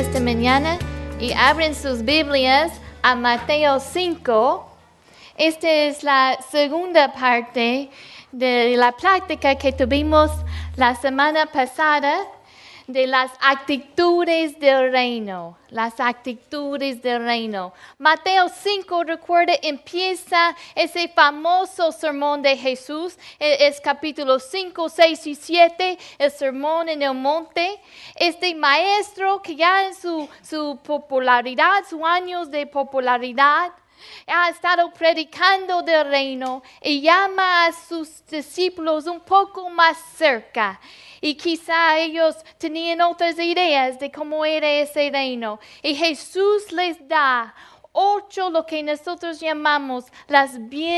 esta mañana y abren sus Biblias a Mateo 5. Esta es la segunda parte de la práctica que tuvimos la semana pasada de las actitudes del reino. Las actitudes del reino. Mateo 5, recuerda, empieza ese famoso sermón de Jesús. Es capítulo 5, 6 y 7, el sermón en el monte. Este maestro que ya en su popularidad, sus años de popularidad, ha estado predicando del reino y llama a sus discípulos un poco más cerca. Y quizá ellos tenían otras ideas de cómo era ese reino. Y Jesús les da 8 lo que nosotros llamamos las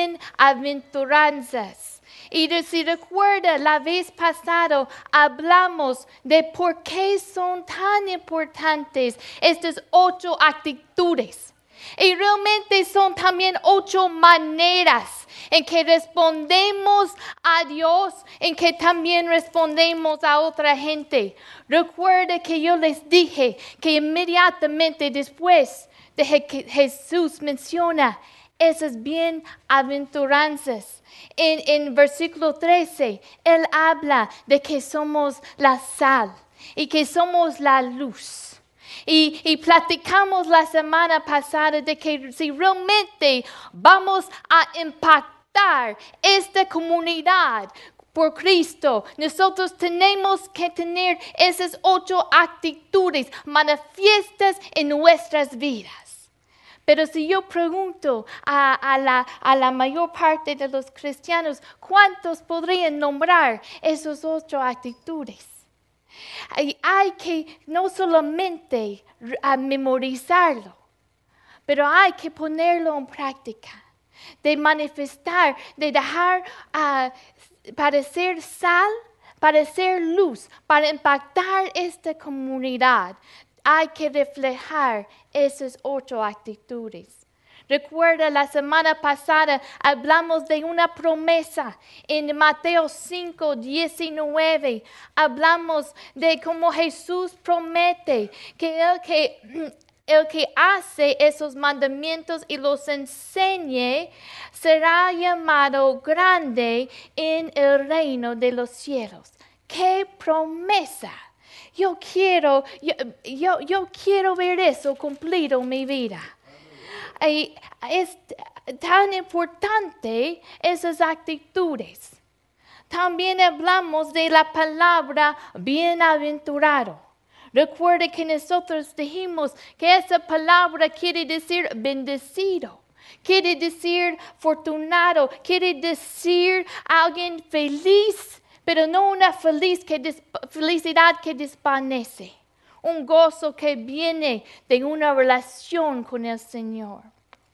bienaventuranzas. Y si recuerda, la vez pasada hablamos de por qué son tan importantes estas 8 actitudes. Y realmente son también 8 maneras en que respondemos a Dios, en que también respondemos a otra gente. Recuerda que yo les dije que inmediatamente después de que Jesús menciona esas bienaventuranzas, en versículo 13, Él habla de que somos la sal y que somos la luz. Y platicamos la semana pasada de que si realmente vamos a impactar esta comunidad por Cristo, nosotros tenemos que tener esas 8 actitudes manifiestas en nuestras vidas. Pero si yo pregunto a la mayor parte de los cristianos, ¿cuántos podrían nombrar esas 8 actitudes? Hay que no solamente memorizarlo, pero hay que ponerlo en práctica, de manifestar, de dejar para ser sal, para ser luz, para impactar esta comunidad. Hay que reflejar esas 8 actitudes. Recuerda, la semana pasada hablamos de una promesa en Mateo 5, 19. Hablamos de cómo Jesús promete que el que hace esos mandamientos y los enseñe será llamado grande en el reino de los cielos. ¡Qué promesa! Yo quiero ver eso cumplido en mi vida. Y es tan importante esas actitudes. También hablamos de la palabra bienaventurado. Recuerde que nosotros dijimos que esa palabra quiere decir bendecido, quiere decir afortunado, quiere decir alguien feliz, pero no una felicidad que desvanece. Un gozo que viene de una relación con el Señor.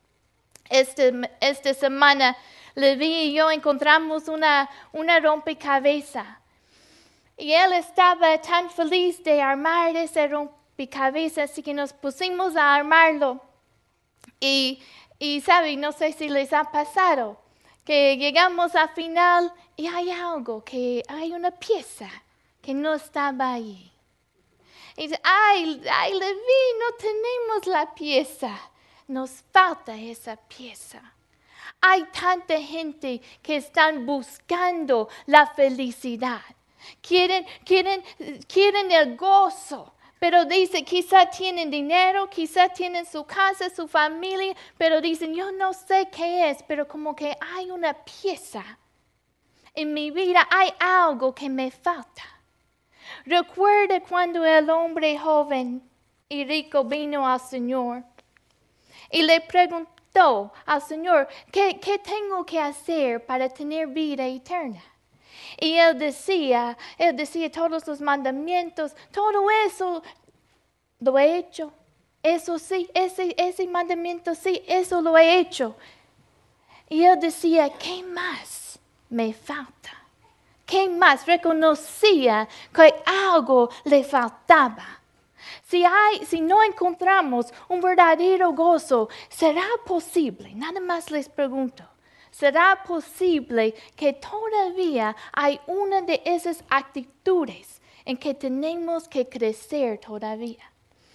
Esta semana, Levi y yo encontramos una rompecabezas. Y él estaba tan feliz de armar ese rompecabezas, así que nos pusimos a armarlo. Y ¿sabe? No sé si les ha pasado, que llegamos al final y hay una pieza que no estaba ahí. Y dice, ay, Levi, no tenemos la pieza. Nos falta esa pieza. Hay tanta gente que están buscando la felicidad. Quieren el gozo. Pero dice, quizá tienen dinero, quizá tienen su casa, su familia. Pero dicen, yo no sé qué es, pero como que hay una pieza. En mi vida hay algo que me falta. Recuerda cuando el hombre joven y rico vino al Señor y le preguntó al Señor, ¿qué tengo que hacer para tener vida eterna? Y él decía todos los mandamientos, todo eso lo he hecho. Eso sí, ese mandamiento sí, eso lo he hecho. Y él decía, ¿qué más me falta? ¿Qué más? Reconocía que algo le faltaba. Si no encontramos un verdadero gozo, ¿será posible? Nada más les pregunto. ¿Será posible que todavía hay una de esas actitudes en que tenemos que crecer todavía?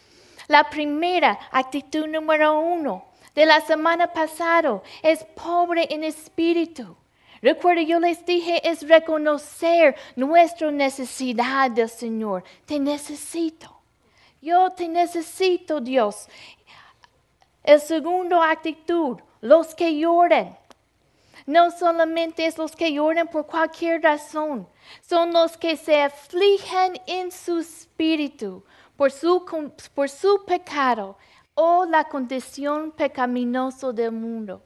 La primera, actitud número 1 de la semana pasada, es pobre en espíritu. Recuerda, yo les dije, es reconocer nuestra necesidad del Señor. Te necesito. Yo te necesito, Dios. El segundo actitud, los que lloran. No solamente es los que lloran por cualquier razón, son los que se afligen en su espíritu por su pecado o la condición pecaminosa del mundo.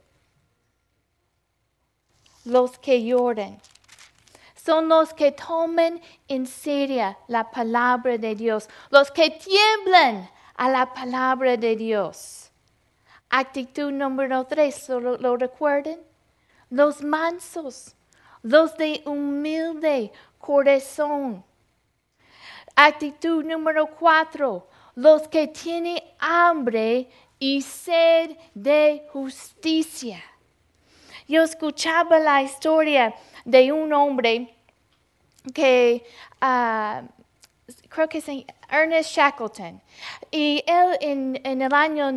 Los que lloran son los que toman en serio la palabra de Dios, los que tiemblan a la palabra de Dios. Actitud número 3, ¿lo recuerdan? Los mansos, los de humilde corazón. Actitud número 4, los que tienen hambre y sed de justicia. Yo escuchaba la historia de un hombre que creo que es Ernest Shackleton. Y él en el año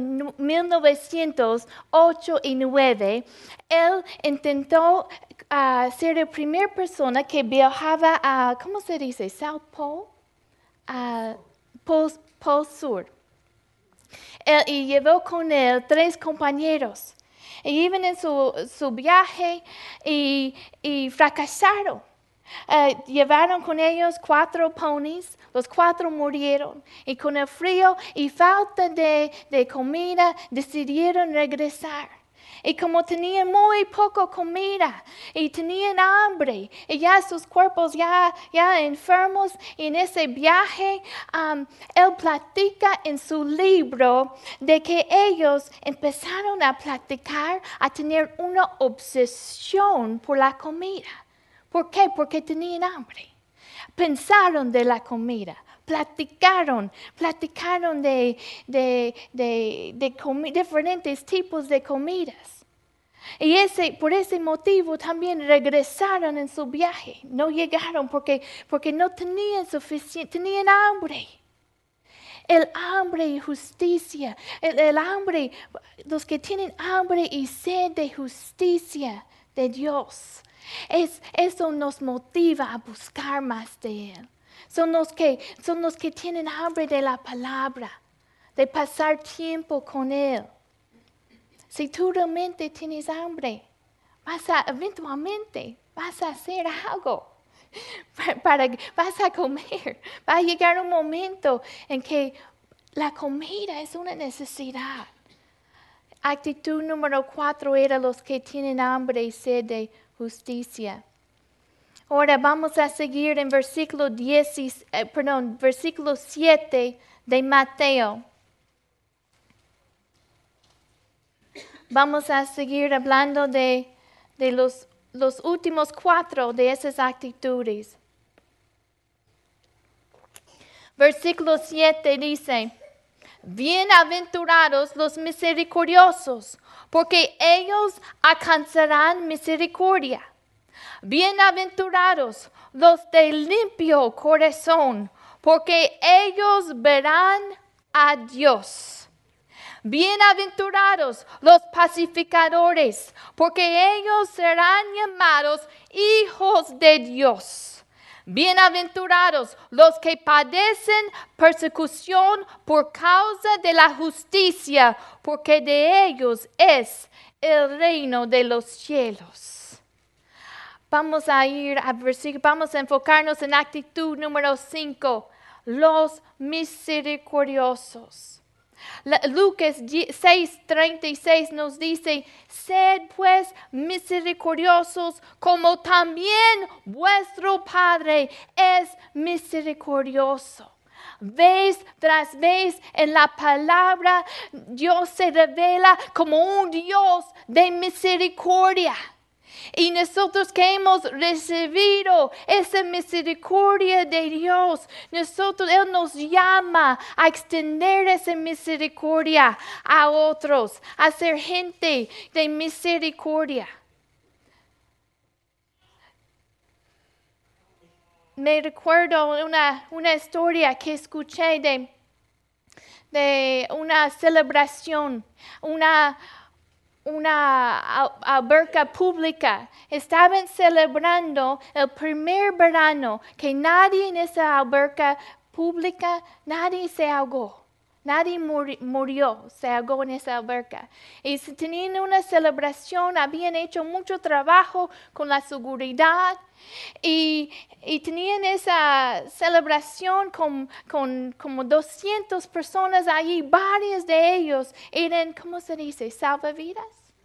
1908 y 9, él intentó ser la primera persona que viajaba a, ¿cómo se dice? South Pole, Pole Sur. Y llevó con él 3 compañeros. Y iban en su viaje y fracasaron. Llevaron con ellos 4 ponies, los 4 murieron. Y con el frío y falta de comida decidieron regresar. Y como tenían muy poco comida y tenían hambre y ya sus cuerpos ya enfermos, en ese viaje él platica en su libro de que ellos empezaron a platicar, a tener una obsesión por la comida. ¿Por qué? Porque tenían hambre. Pensaron de la comida. Platicaron de diferentes tipos de comidas. Y por ese motivo también regresaron en su viaje. No llegaron porque no tenían suficiente, tenían hambre. El hambre y justicia, el hambre, los que tienen hambre y sed de justicia de Dios. Eso nos motiva a buscar más de Él. Son los que tienen hambre de la palabra, de pasar tiempo con Él. Si tú realmente tienes hambre, eventualmente vas a hacer algo. Vas a comer. Va a llegar un momento en que la comida es una necesidad. Actitud número 4 era los que tienen hambre y sed de justicia. Ahora vamos a seguir en versículo 7 de Mateo. Vamos a seguir hablando de los últimos 4 de esas actitudes. Versículo 7 dice: bienaventurados los misericordiosos, porque ellos alcanzarán misericordia. Bienaventurados los de limpio corazón, porque ellos verán a Dios. Bienaventurados los pacificadores, porque ellos serán llamados hijos de Dios. Bienaventurados los que padecen persecución por causa de la justicia, porque de ellos es el reino de los cielos. Vamos a enfocarnos en actitud número 5, los misericordiosos. Lucas 6:36 nos dice: sed pues misericordiosos como también vuestro Padre es misericordioso. Vez tras vez en la palabra Dios se revela como un Dios de misericordia. Y nosotros que hemos recibido esa misericordia de Dios, Él nos llama a extender esa misericordia a otros, a ser gente de misericordia. Me recuerdo una historia que escuché de una celebración, una alberca pública. Estaban celebrando el primer verano que nadie en esa alberca pública, nadie se ahogó. Nadie murió, se ahogó en esa alberca. Y tenían una celebración, habían hecho mucho trabajo con la seguridad y tenían esa celebración con como 200 personas allí. Varios de ellos eran, ¿cómo se dice? Salvavidas.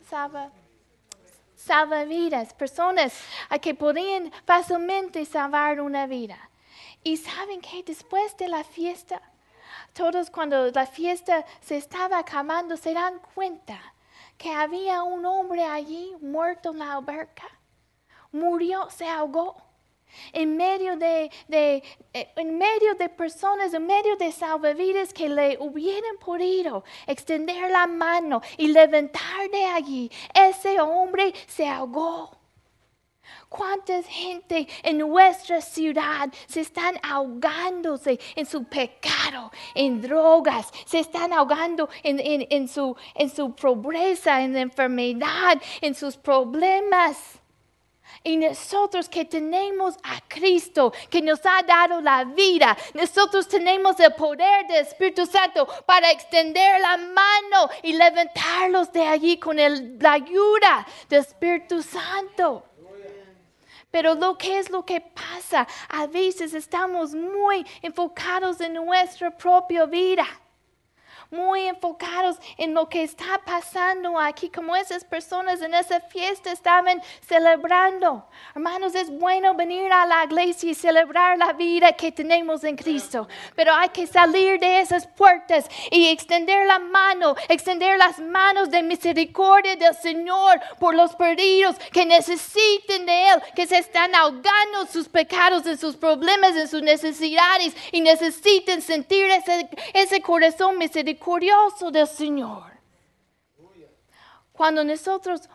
Salvavidas, personas a que podían fácilmente salvar una vida. Y saben que después de la fiesta, todos cuando la fiesta se estaba acabando se dan cuenta que había un hombre allí muerto en la alberca. Murió, se ahogó. En medio de personas, en medio de salvavidas que le hubieran podido extender la mano y levantar de allí, ese hombre se ahogó. ¿Cuánta gente en nuestra ciudad se están ahogándose en su pecado, en drogas? Se están ahogando en su pobreza, en la enfermedad, en sus problemas. Y nosotros que tenemos a Cristo, que nos ha dado la vida, nosotros tenemos el poder del Espíritu Santo para extender la mano y levantarlos de allí con la ayuda del Espíritu Santo. Pero ¿qué es lo que pasa? A veces estamos muy enfocados en nuestra propia vida. Muy enfocados en lo que está pasando aquí, como esas personas en esa fiesta estaban celebrando. Hermanos, es bueno venir a la iglesia y celebrar la vida que tenemos en Cristo, pero hay que salir de esas puertas y extender la mano, extender las manos de misericordia del Señor por los perdidos que necesiten de Él, que se están ahogando en sus pecados, en sus problemas, en sus necesidades y necesiten sentir ese corazón misericordioso del Señor. Cuando nosotros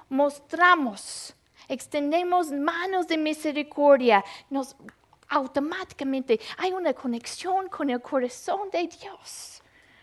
extendemos manos de misericordia, automáticamente hay una conexión con el corazón de Dios.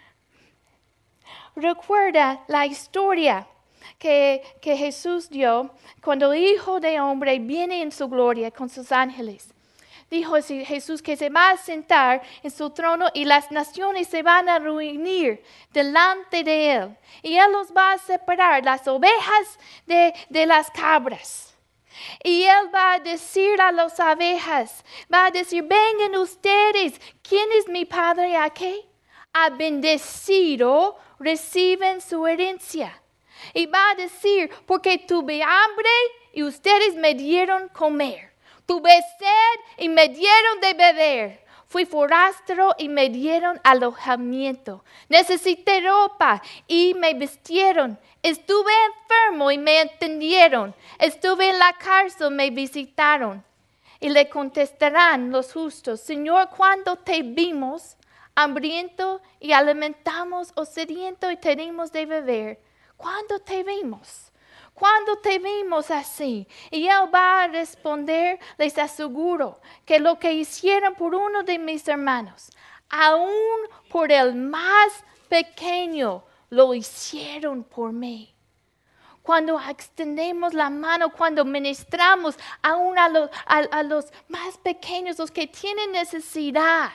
Recuerda la historia que Jesús dio cuando el Hijo del Hombre viene en su gloria con sus ángeles. Dijo Jesús que se va a sentar en su trono y las naciones se van a reunir delante de Él. Y Él los va a separar, las ovejas de las cabras. Y Él va a decir a las abejas, va a decir, vengan ustedes, ¿quién es mi Padre aquí? Ha bendecido, reciben su herencia. Y va a decir, porque tuve hambre y ustedes me dieron comer. Tuve sed y me dieron de beber. Fui forastero y me dieron alojamiento. Necesité ropa y me vistieron. Estuve enfermo y me atendieron. Estuve en la cárcel y me visitaron. Y le contestarán los justos, Señor, ¿cuándo te vimos hambriento y alimentamos o sediento y tenemos de beber? ¿Cuándo te vimos? ¿Cuándo te vimos así? Y Él va a responder, les aseguro, que lo que hicieron por uno de mis hermanos, aún por el más pequeño, lo hicieron por mí. Cuando extendemos la mano, cuando ministramos aún a los más pequeños, los que tienen necesidad,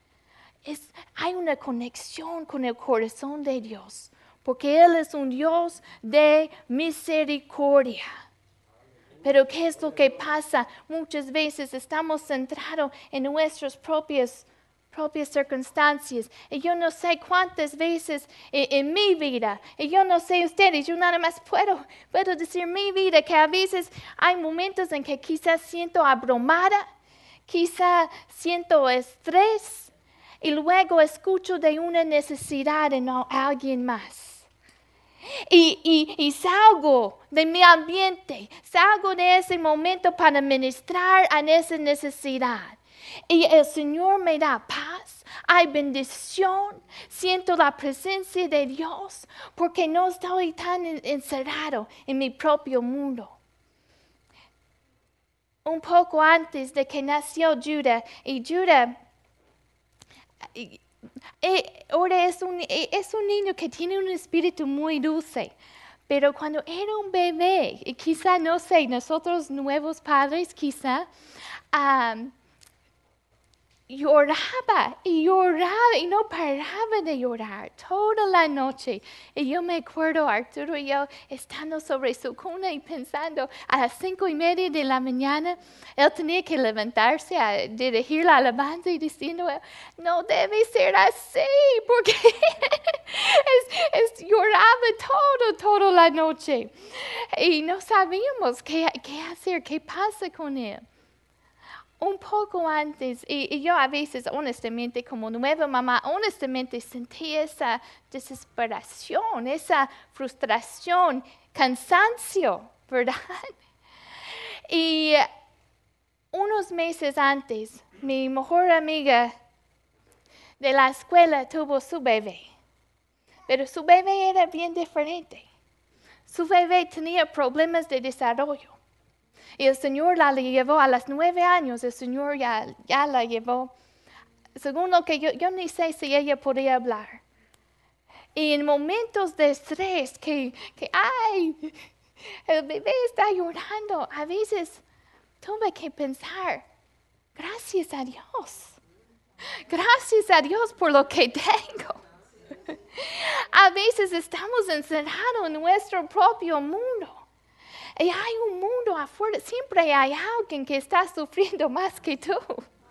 hay una conexión con el corazón de Dios. Porque Él es un Dios de misericordia. Pero ¿qué es lo que pasa? Muchas veces estamos centrados en nuestras propias circunstancias. Y yo no sé cuántas veces en mi vida, y yo no sé ustedes, yo nada más puedo decir mi vida, que a veces hay momentos en que quizás siento abrumada, quizás siento estrés, y luego escucho de una necesidad en alguien más. Y salgo de mi ambiente, salgo de ese momento para ministrar a esa necesidad. Y el Señor me da paz, hay bendición, siento la presencia de Dios, porque no estoy tan encerrado en mi propio mundo. Un poco antes de que nació Judah, y Judah Ahora es un niño que tiene un espíritu muy dulce. Pero cuando era un bebé, y quizá, no sé, nosotros nuevos padres quizá, lloraba y no paraba de llorar toda la noche. Y yo me acuerdo, Arturo y yo, estando sobre su cuna y pensando a las 5:30 de la mañana, él tenía que levantarse a dirigir la alabanza y diciendo, no debe ser así, porque lloraba toda la noche. Y no sabíamos qué hacer, qué pasa con él. Un poco antes, y yo a veces, honestamente, como nueva mamá, honestamente sentí esa desesperación, esa frustración, cansancio, ¿verdad? Y unos meses antes, mi mejor amiga de la escuela tuvo su bebé, pero su bebé era bien diferente. Su bebé tenía problemas de desarrollo. Y el Señor la llevó a los 9 años, el Señor ya la llevó. Según lo que yo ni sé si ella podía hablar. Y en momentos de estrés, ay, el bebé está llorando, a veces tuve que pensar, gracias a Dios. Gracias a Dios por lo que tengo. A veces estamos encerrados en nuestro propio mundo. Y hay un mundo afuera, siempre hay alguien que está sufriendo más que tú.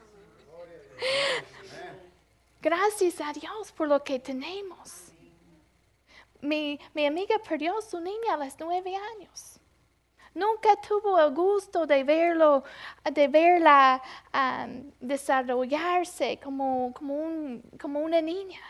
Gracias a Dios por lo que tenemos. Mi amiga perdió a su niña a los 9 años. Nunca tuvo el gusto de verla desarrollarse como una niña.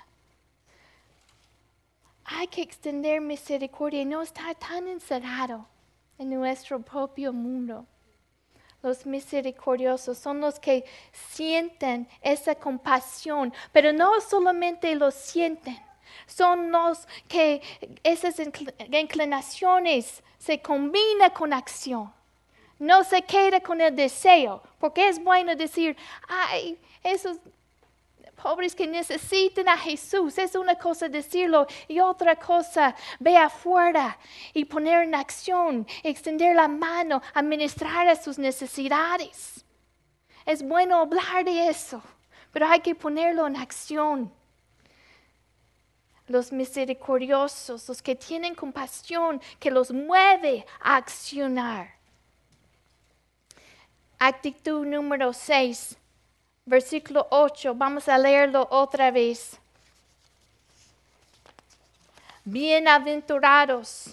Hay que extender misericordia y no estar tan encerrado en nuestro propio mundo. Los misericordiosos son los que sienten esa compasión, pero no solamente lo sienten, son los que esas inclinaciones se combinan con acción. No se queda con el deseo, porque es bueno decir, ay, esos pobres que necesitan a Jesús. Es una cosa decirlo y otra cosa ve afuera y poner en acción, extender la mano, administrar a sus necesidades. Es bueno hablar de eso, pero hay que ponerlo en acción. Los misericordiosos, los que tienen compasión, que los mueve a accionar. Actitud número 6. Versículo 8, vamos a leerlo otra vez. Bienaventurados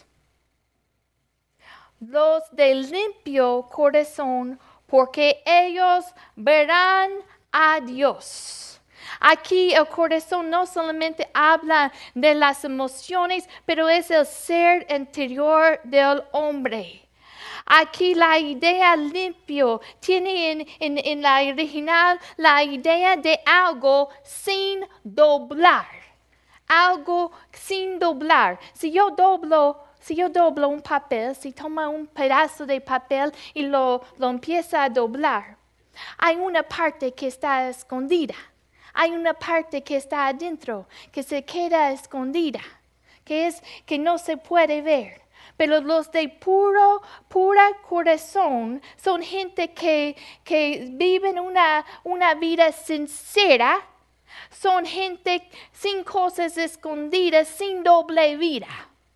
los de limpio corazón, porque ellos verán a Dios. Aquí el corazón no solamente habla de las emociones, pero es el ser interior del hombre. Aquí la idea limpio tiene en la original la idea de algo sin doblar. Algo sin doblar. Si yo doblo un papel, si toma un pedazo de papel y lo empieza a doblar, hay una parte que está escondida. Hay una parte que está adentro, que se queda escondida, que no se puede ver. Pero los de pura corazón son gente que viven una vida sincera. Son gente sin cosas escondidas, sin doble vida.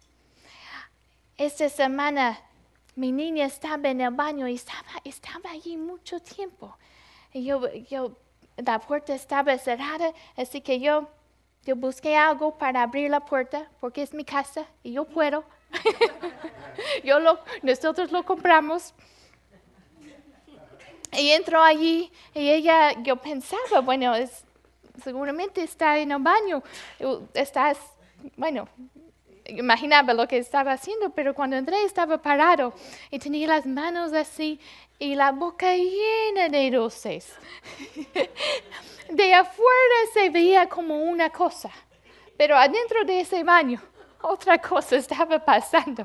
Esta semana mi niña estaba en el baño y estaba allí mucho tiempo. Y yo la puerta estaba cerrada, así que yo busqué algo para abrir la puerta, porque es mi casa y yo puedo. Nosotros lo compramos. Y entró allí y yo pensaba, bueno, seguramente está en el baño. Imaginaba lo que estaba haciendo, pero cuando entré estaba parado y tenía las manos así y la boca llena de dulces. De afuera se veía como una cosa, pero adentro de ese baño otra cosa estaba pasando.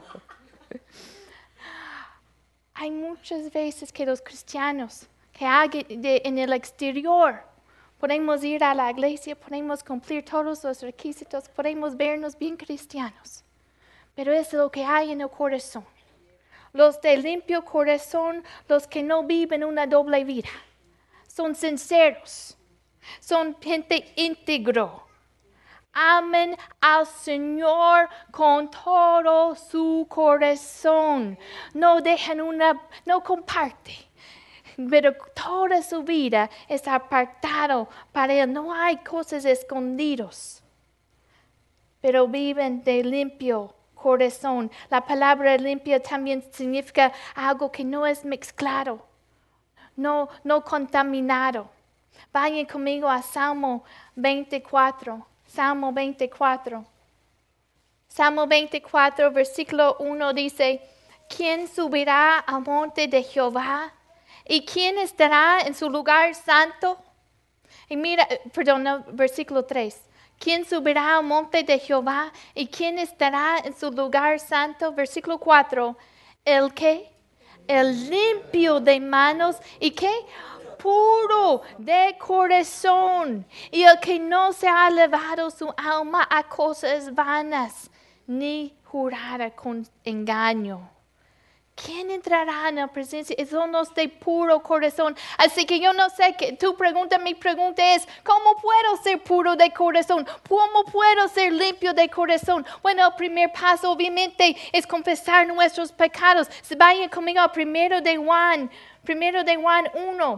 Hay muchas veces que los cristianos que en el exterior Podemos ir a la iglesia, podemos cumplir todos los requisitos, podemos vernos bien cristianos. Pero es lo que hay en el corazón. Los de limpio corazón, los que no viven una doble vida, son sinceros, son gente íntegro. Amen al Señor con todo su corazón. No comparte. Pero toda su vida es apartado para Él. No hay cosas escondidas. Pero viven de limpio corazón. La palabra limpio también significa algo que no es mezclado. No contaminado. Vayan conmigo a Salmo 24. Salmo 24. Salmo 24, versículo 1 dice, ¿quién subirá al monte de Jehová? ¿Y quién estará en su lugar santo? Y mira, versículo 3. ¿Quién subirá al monte de Jehová? ¿Y quién estará en su lugar santo? Versículo 4. ¿El qué? El limpio de manos. ¿Y qué? Puro de corazón. Y el que no se ha elevado su alma a cosas vanas, ni jurara con engaño. ¿Quién entrará en la presencia? Son los de puro corazón. Así que yo no sé, mi pregunta es, ¿cómo puedo ser puro de corazón? ¿Cómo puedo ser limpio de corazón? Bueno, el primer paso obviamente es confesar nuestros pecados. Se vayan conmigo a 1 de Juan 1.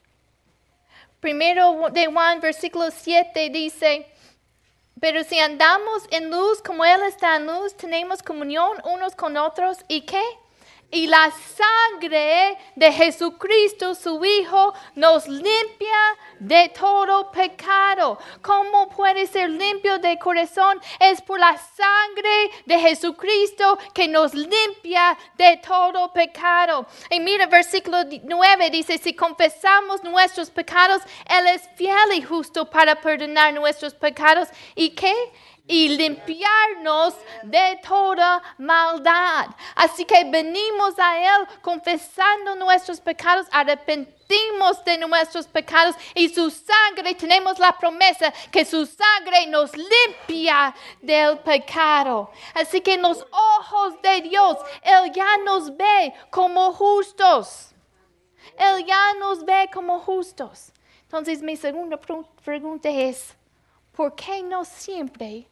1 de Juan, versículo 7 dice, pero si andamos en luz como Él está en luz, tenemos comunión unos con otros. ¿Y qué? Y la sangre de Jesucristo, su Hijo, nos limpia de todo pecado. ¿Cómo puede ser limpio de corazón? Es por la sangre de Jesucristo que nos limpia de todo pecado. Y mira, versículo 9 dice, si confesamos nuestros pecados, Él es fiel y justo para perdonar nuestros pecados. ¿Y qué? Y limpiarnos de toda maldad. Así que venimos a Él confesando nuestros pecados, arrepentimos de nuestros pecados y su sangre, tenemos la promesa que su sangre nos limpia del pecado. Así que en los ojos de Dios, Él ya nos ve como justos. Él ya nos ve como justos. Entonces mi segunda pregunta es, ¿por qué no siempre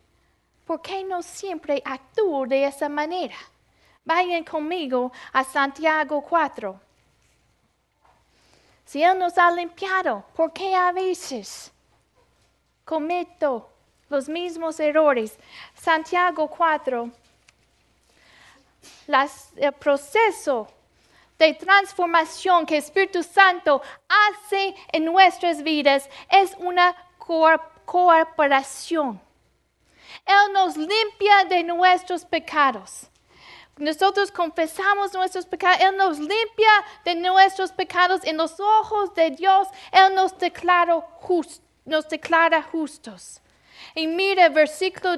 actúo de esa manera? Vayan conmigo a Santiago 4. Si Él nos ha limpiado, ¿por qué a veces cometo los mismos errores? Santiago 4. El proceso de transformación que el Espíritu Santo hace en nuestras vidas es una cooperación. Él nos limpia de nuestros pecados. Nosotros confesamos nuestros pecados. Él nos limpia de nuestros pecados. En los ojos de Dios, Él nos declara justos. Y mira, versículo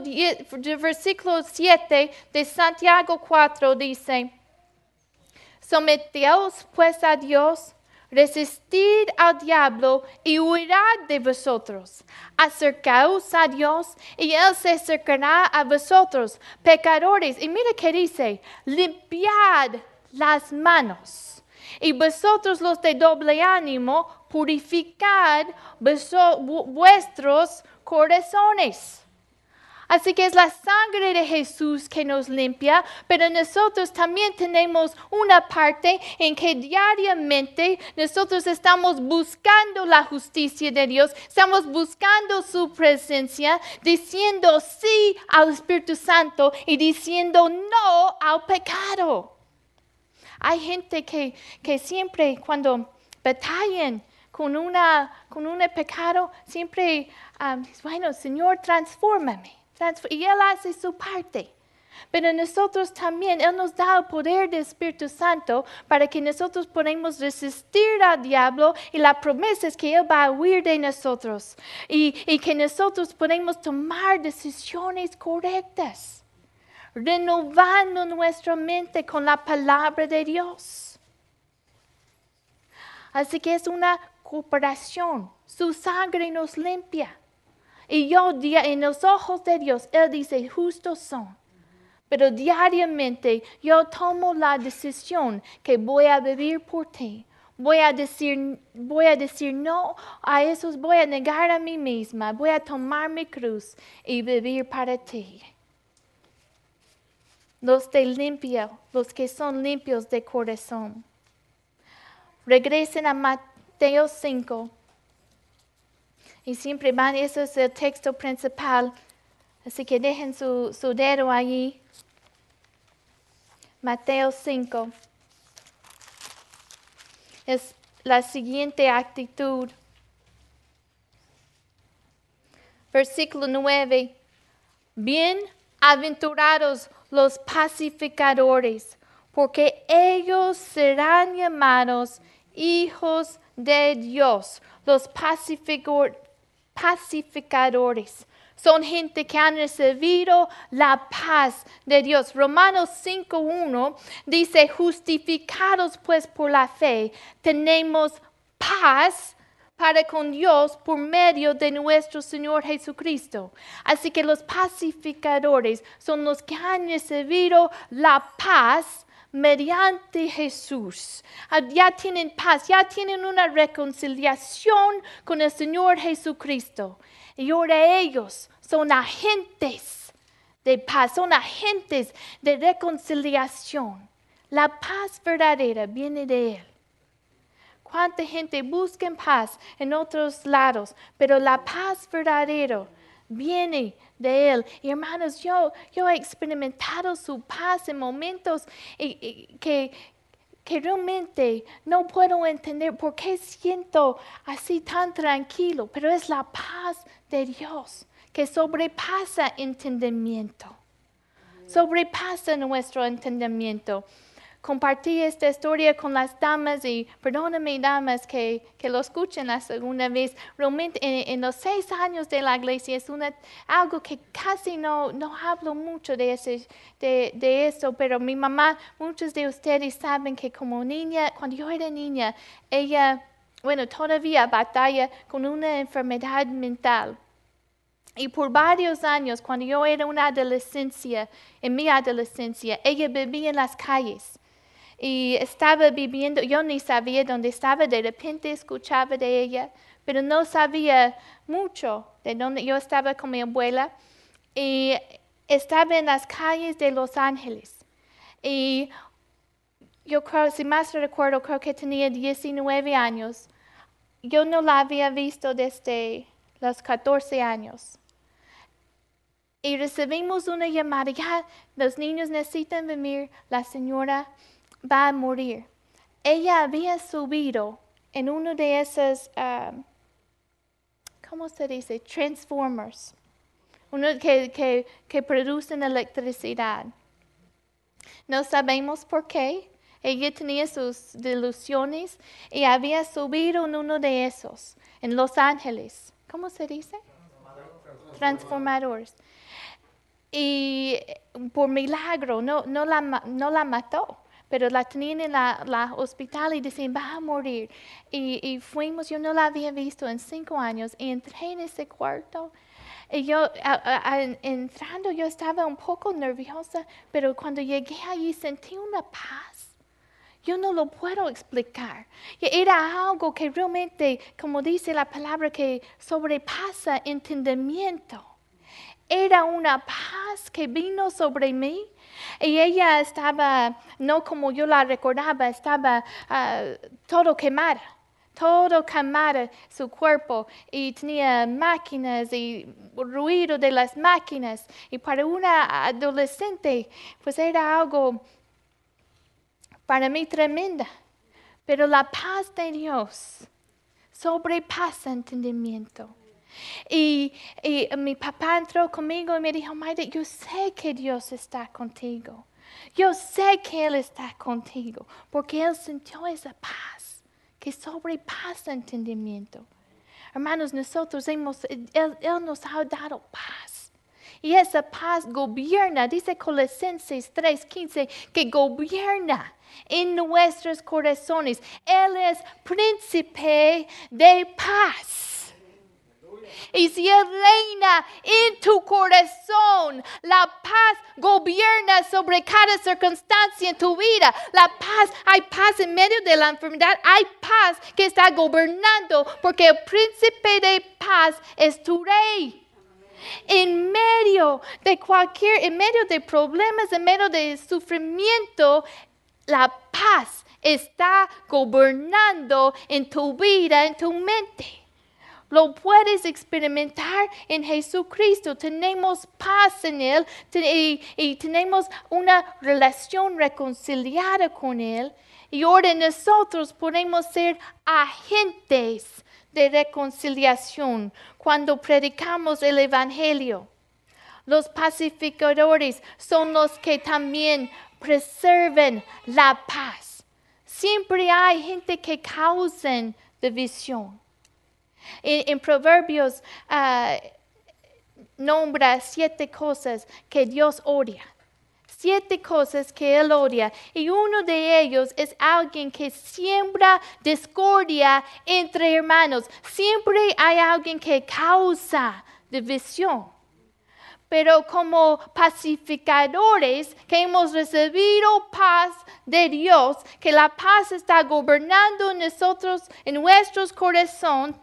7 de Santiago 4 dice, someteos pues a Dios, resistid al diablo y huirá de vosotros. Acercaos a Dios y Él se acercará a vosotros, pecadores. Y mira qué dice, limpiad las manos. Y vosotros los de doble ánimo, purificad vuestros corazones. Así que es la sangre de Jesús que nos limpia, pero nosotros también tenemos una parte en que diariamente nosotros estamos buscando la justicia de Dios, estamos buscando su presencia, diciendo sí al Espíritu Santo y diciendo no al pecado. Hay gente que siempre cuando batallan con un pecado, siempre, bueno, Señor, transfórmame. Y Él hace su parte. Pero nosotros también, Él nos da el poder del Espíritu Santo para que nosotros podamos resistir al diablo. Y la promesa es que Él va a huir de nosotros. Y que nosotros podemos tomar decisiones correctas. Renovando nuestra mente con la palabra de Dios. Así que es una cooperación. Su sangre nos limpia. Y yo, en los ojos de Dios, Él dice, justos son. Pero diariamente yo tomo la decisión que voy a vivir por ti. Voy a decir no a esos, voy a negar a mí misma, voy a tomar mi cruz y vivir para ti. Los que son limpios de corazón. Regresen a Mateo 5. Y siempre van, ese es el texto principal. Así que dejen su dedo allí. Mateo 5. Es la siguiente actitud. Versículo 9. Bienaventurados los pacificadores, porque ellos serán llamados hijos de Dios. Los pacificadores son gente que han recibido la paz de Dios. Romanos 5:1 dice, justificados pues por la fe, tenemos paz para con Dios por medio de nuestro Señor Jesucristo. Así que los pacificadores son los que han recibido la paz mediante Jesús. Ya tienen paz, ya tienen una reconciliación con el Señor Jesucristo. Y ahora ellos son agentes de paz, son agentes de reconciliación. La paz verdadera viene de Él. ¿Cuánta gente busca paz en otros lados? Pero la paz verdadera viene de Él. Y hermanos, yo he experimentado su paz en momentos que realmente no puedo entender por qué siento así tan tranquilo. Pero es la paz de Dios que sobrepasa entendimiento. Sobrepasa nuestro entendimiento. Compartí esta historia con las damas y perdóname damas que lo escuchen la segunda vez. Realmente en los 6 años de la iglesia es algo que casi no hablo mucho de eso, pero mi mamá, muchos de ustedes saben que como niña, cuando yo era niña, ella, todavía batalla con una enfermedad mental. Y por varios años, cuando yo era en mi adolescencia, ella vivía en las calles. Y estaba viviendo, yo ni sabía dónde estaba, de repente escuchaba de ella, pero no sabía mucho de dónde. Yo estaba con mi abuela y estaba en las calles de Los Ángeles. Y yo creo, si más recuerdo, creo que tenía 19 años. Yo no la había visto desde los 14 años. Y recibimos una llamada, ya los niños necesitan venir, la señora va a morir. Ella había subido en uno de esos, ¿cómo se dice? Transformers. Uno que producen electricidad. No sabemos por qué. Ella tenía sus delusiones y había subido en uno de esos, en Los Ángeles. ¿Cómo se dice? Transformadores. Y por milagro no la mató. Pero la tenían en la hospital y decían, va a morir. Y fuimos, yo no la había visto en 5 años. Y entré en ese cuarto. Y yo, entrando, yo estaba un poco nerviosa. Pero cuando llegué allí sentí una paz. Yo no lo puedo explicar. Era algo que realmente, como dice la palabra, que sobrepasa entendimiento. Era una paz que vino sobre mí. Y ella estaba, no como yo la recordaba, estaba todo quemada su cuerpo. Y tenía máquinas y ruido de las máquinas. Y para una adolescente, pues era algo para mí tremenda. Pero la paz de Dios sobrepasa entendimiento. Y mi papá entró conmigo y me dijo, Maida, yo sé que Dios está contigo. Yo sé que Él está contigo. Porque Él sintió esa paz que sobrepasa entendimiento. Hermanos, nosotros Él nos ha dado paz. Y esa paz gobierna, dice Colosenses 3:15, que gobierna en nuestros corazones. Él es príncipe de paz. Y si Él reina en tu corazón, la paz gobierna sobre cada circunstancia en tu vida. La paz, hay paz en medio de la enfermedad, hay paz que está gobernando porque el príncipe de paz es tu rey. En medio de problemas, en medio de sufrimiento, la paz está gobernando en tu vida, en tu mente. Lo puedes experimentar en Jesucristo. Tenemos paz en Él y tenemos una relación reconciliada con Él. Y ahora nosotros podemos ser agentes de reconciliación cuando predicamos el Evangelio. Los pacificadores son los que también preservan la paz. Siempre hay gente que causa división. En Proverbios nombra 7 cosas que Dios odia. 7 cosas que Él odia. Y uno de ellos es alguien que siembra discordia entre hermanos. Siempre hay alguien que causa división. Pero como pacificadores que hemos recibido paz de Dios, que la paz está gobernando en nosotros, en nuestros corazones,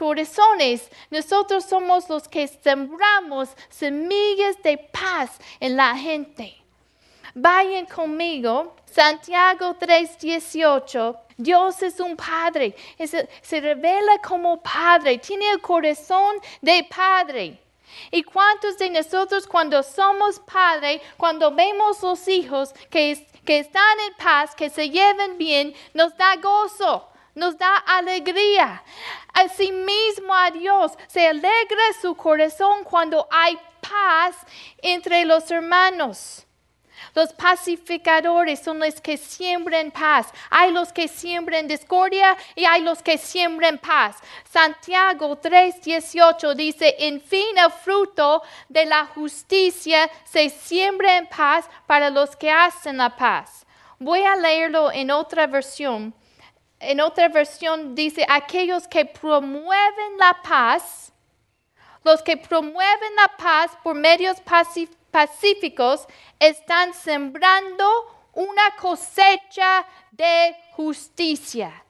nosotros somos los que sembramos semillas de paz en la gente. Vayan conmigo, Santiago 3:18. Dios es un padre, se revela como padre, tiene el corazón de padre. ¿Y cuántos de nosotros cuando somos padres, cuando vemos los hijos que están en paz, que se llevan bien, nos da gozo, nos da alegría? Asimismo a Dios se alegra su corazón cuando hay paz entre los hermanos. Los pacificadores son los que siembran paz. Hay los que siembran discordia y hay los que siembran paz. Santiago 3:18 dice, en fin, el fruto de la justicia se siembra en paz para los que hacen la paz. Voy a leerlo en otra versión. En otra versión dice, aquellos que promueven la paz, los que promueven la paz por medios pacíficos están sembrando una cosecha de justicia.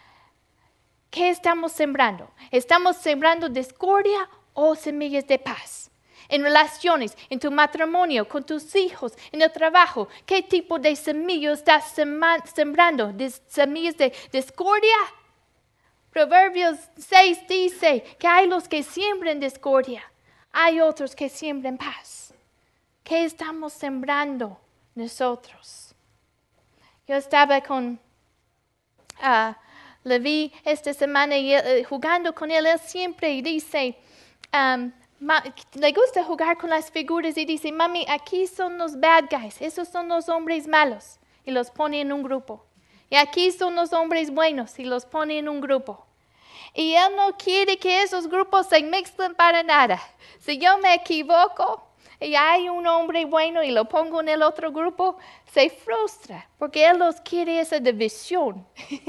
¿Qué estamos sembrando? ¿Estamos sembrando discordia o semillas de paz? En relaciones, en tu matrimonio, con tus hijos, en el trabajo, ¿qué tipo de semillas estás sembrando? ¿Semillas de discordia? Proverbios 6 dice que hay los que siembran discordia, hay otros que siembran paz. ¿Qué estamos sembrando nosotros? Yo estaba con Levi esta semana y jugando con él siempre dice, le gusta jugar con las figuras y dice, mami, aquí son los bad guys, esos son los hombres malos, y los pone en un grupo. Y aquí son los hombres buenos y los pone en un grupo. Y él no quiere que esos grupos se mezclen para nada. Si yo me equivoco y hay un hombre bueno y lo pongo en el otro grupo, se frustra porque él los quiere esa división.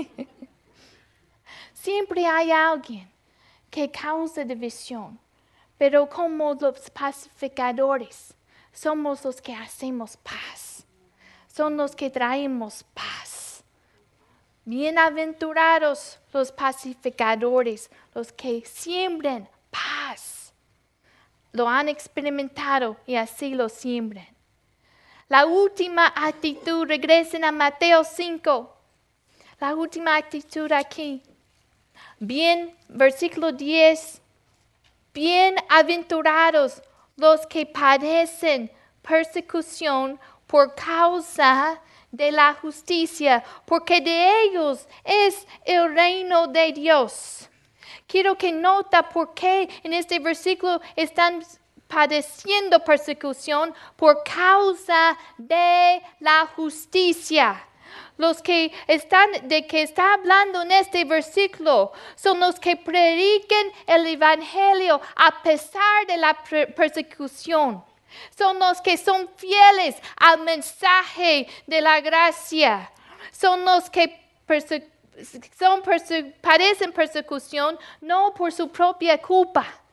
Siempre hay alguien que causa división, pero como los pacificadores, somos los que hacemos paz. Son los que traemos paz. Bienaventurados los pacificadores, los que siembran paz. Lo han experimentado y así lo siembran. La última actitud, regresen a Mateo 5. La última actitud aquí. Versículo 10. Bienaventurados los que padecen persecución por causa de la justicia, porque de ellos es el reino de Dios. Quiero que nota por qué en este versículo están padeciendo persecución por causa de la justicia. Los que está hablando en este versículo son los que predican el evangelio a pesar de la persecución. Son los que son fieles al mensaje de la gracia. Son los que padecen persecución no por su propia culpa,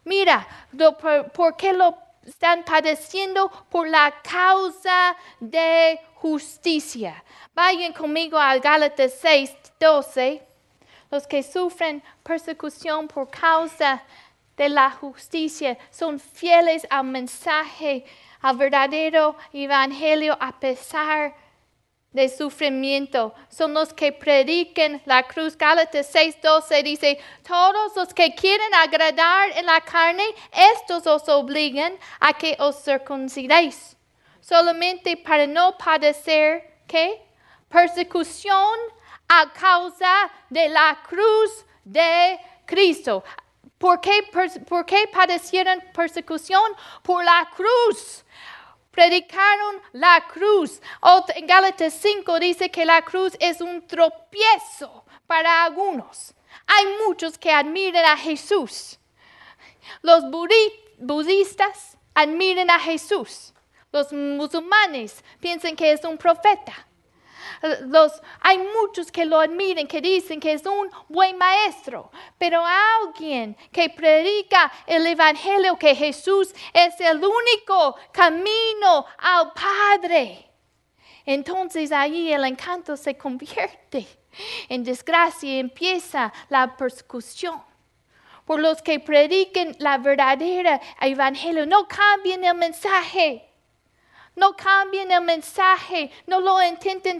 Mira, por qué lo están padeciendo por la causa de justicia. Vayan conmigo a Gálatas 6:12. Los que sufren persecución por causa de la justicia son fieles al mensaje, al verdadero evangelio a pesar de sufrimiento. Son los que predican la cruz. Gálatas 6:12 dice, todos los que quieren agradar en la carne, estos os obligan a que os circuncidéis. Solamente para no padecer, ¿qué? Persecución a causa de la cruz de Cristo. ¿Por qué padecieron persecución? Por la cruz. Predicaron la cruz. En Gálatas 5 dice que la cruz es un tropiezo para algunos. Hay muchos que admiran a Jesús. Los budistas admiran a Jesús. Los musulmanes piensan que es un profeta. Hay muchos que lo admiran, que dicen que es un buen maestro, pero alguien que predica el evangelio que Jesús es el único camino al Padre. Entonces ahí el encanto se convierte en desgracia y empieza la persecución. Por los que prediquen la verdadera evangelio, no cambien el mensaje. No cambien el mensaje, no lo intenten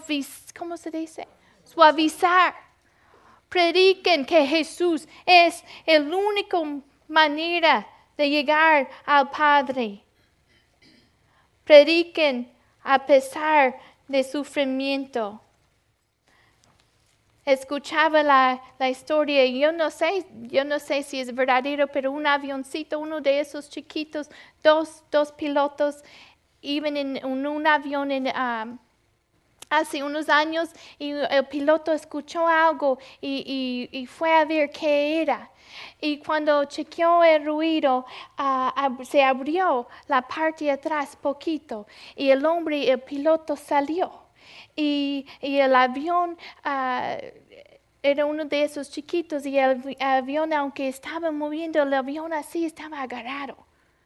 suavizar. Prediquen que Jesús es la única manera de llegar al Padre. Prediquen a pesar de sufrimiento. Escuchaba la historia, yo no sé si es verdadero, pero un avioncito, uno de esos chiquitos, dos pilotos, iban en un avión hace unos años y el piloto escuchó algo y fue a ver qué era. Y cuando chequeó el ruido, se abrió la parte de atrás poquito y el piloto salió. Y el avión era uno de esos chiquitos y el avión, aunque estaba moviendo, el avión así estaba agarrado.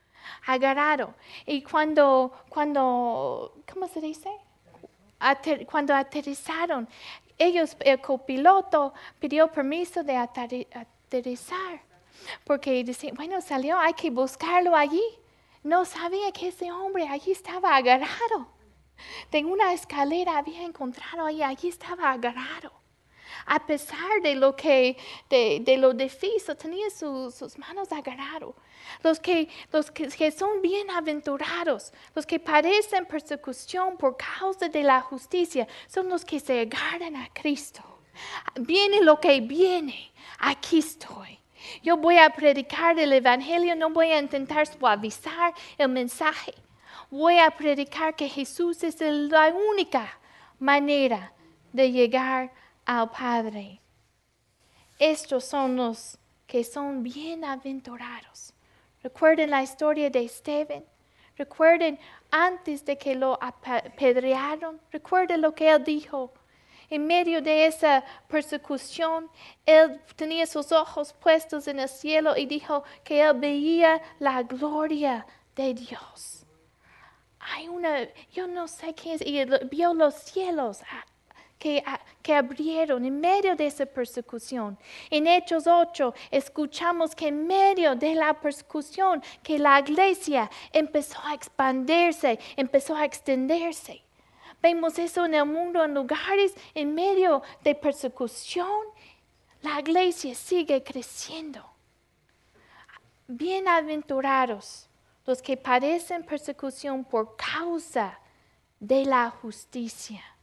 Y cuando ¿cómo se dice? Cuando aterrizaron, el copiloto pidió permiso de aterrizar, porque decía, bueno, salió, hay que buscarlo allí. No sabía que ese hombre allí estaba agarrado. De una escalera había encontrado allí estaba agarrado. A pesar de lo difícil, tenía sus manos agarradas. Los que son bienaventurados, los que padecen persecución por causa de la justicia, son los que se agarran a Cristo. Viene lo que viene, aquí estoy. Yo voy a predicar el evangelio, no voy a intentar suavizar el mensaje. Voy a predicar que Jesús es la única manera de llegar al Padre. Estos son los que son bienaventurados. Recuerden la historia de Esteban. Recuerden antes de que lo apedrearon. Recuerden lo que él dijo. En medio de esa persecución, él tenía sus ojos puestos en el cielo y dijo que él veía la gloria de Dios. Yo no sé qué es, y él vio los cielos que abrieron en medio de esa persecución. En Hechos 8 escuchamos que en medio de la persecución que la iglesia empezó a expandirse, empezó a extenderse. Vemos eso en el mundo, en lugares en medio de persecución, la iglesia sigue creciendo. Bienaventurados los que padecen persecución por causa de la justicia.